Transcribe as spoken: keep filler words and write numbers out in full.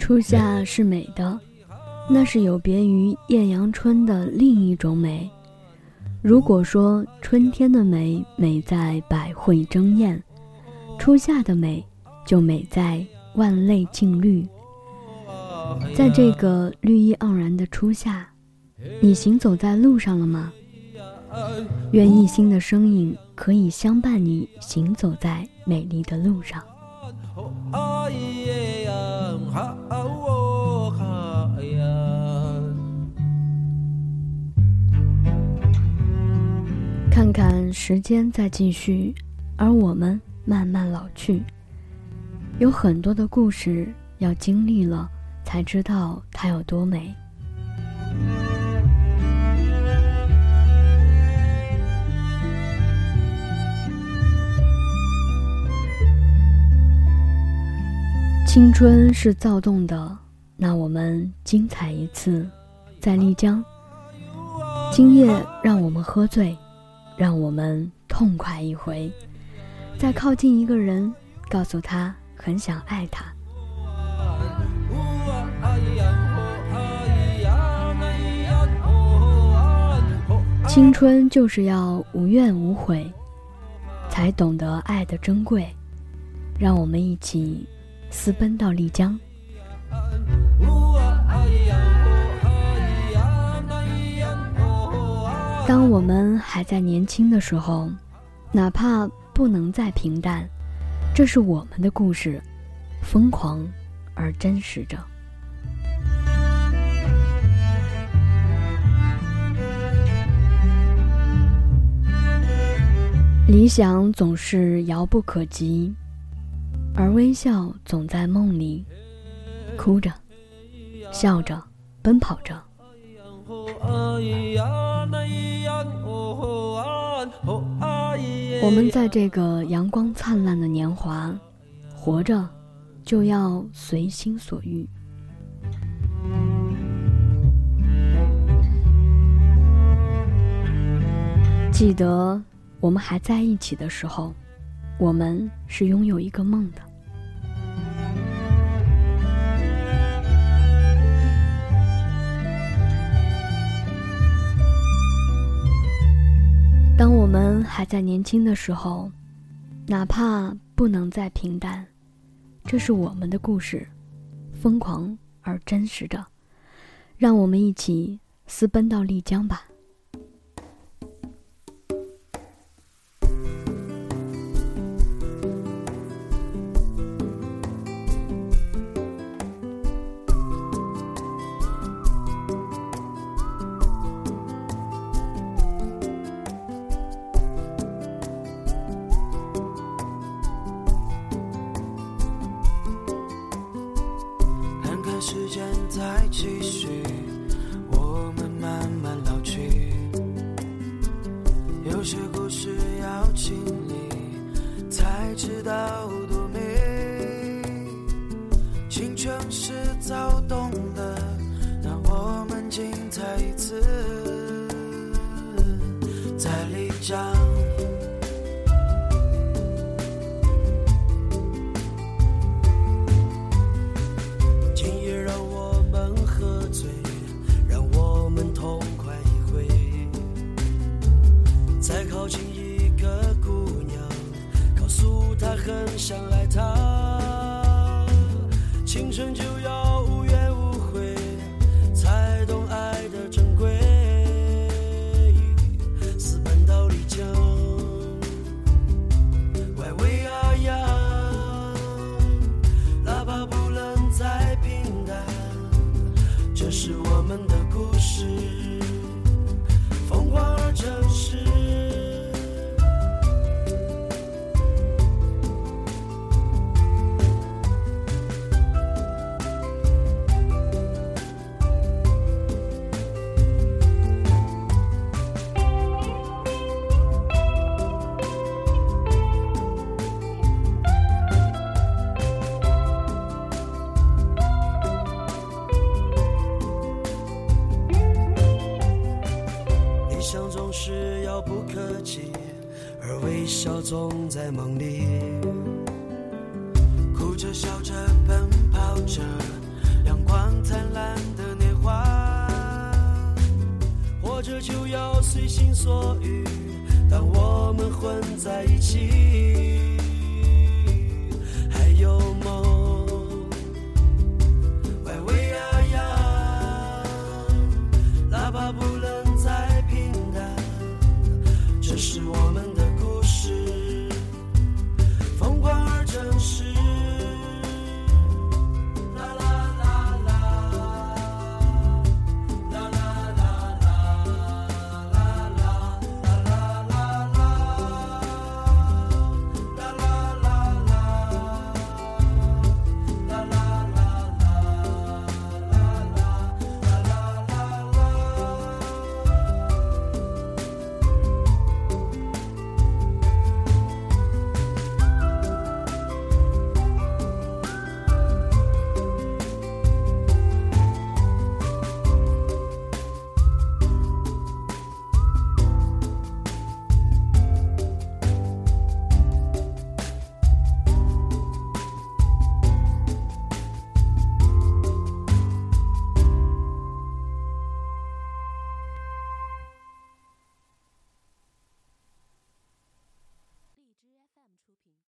初夏是美的，那是有别于艳阳春的另一种美。如果说春天的美美在百卉争艳，初夏的美就美在万类竞绿。在这个绿意盎然的初夏，你行走在路上了吗？愿一心的声音可以相伴你行走在美丽的路上。看看时间在继续，而我们慢慢老去，有很多的故事要经历了才知道它有多美。青春是躁动的，那我们精彩一次，在丽江。今夜让我们喝醉，让我们痛快一回，再靠近一个人，告诉他很想爱他。青春就是要无怨无悔，才懂得爱的珍贵。让我们一起私奔到丽江。当我们还在年轻的时候，哪怕不能再平淡，这是我们的故事，疯狂而真实着。理想总是遥不可及，而微笑总在梦里，哭着笑着奔跑着。我们在这个阳光灿烂的年华，活着就要随心所欲。记得我们还在一起的时候，我们是拥有一个梦的。当我们还在年轻的时候，哪怕不能再平淡，这是我们的故事，疯狂而真实的。让我们一起私奔到丽江吧。 时间在继续，我们慢慢老去，有些故事要经历才知道多美。青春是躁动的，让我们精彩一次，在丽江。靠近一个姑娘，告诉她很想爱她，青春就要无怨无悔，才懂爱的珍贵。私奔到丽江，外围啊呀，哪怕不能再平淡，这是我们的故事，疯狂而真实。想总是遥不可及，而微笑总在梦里，哭着笑着奔跑着， 贪婪的年华，或者就要随心所欲，当我们混在一起。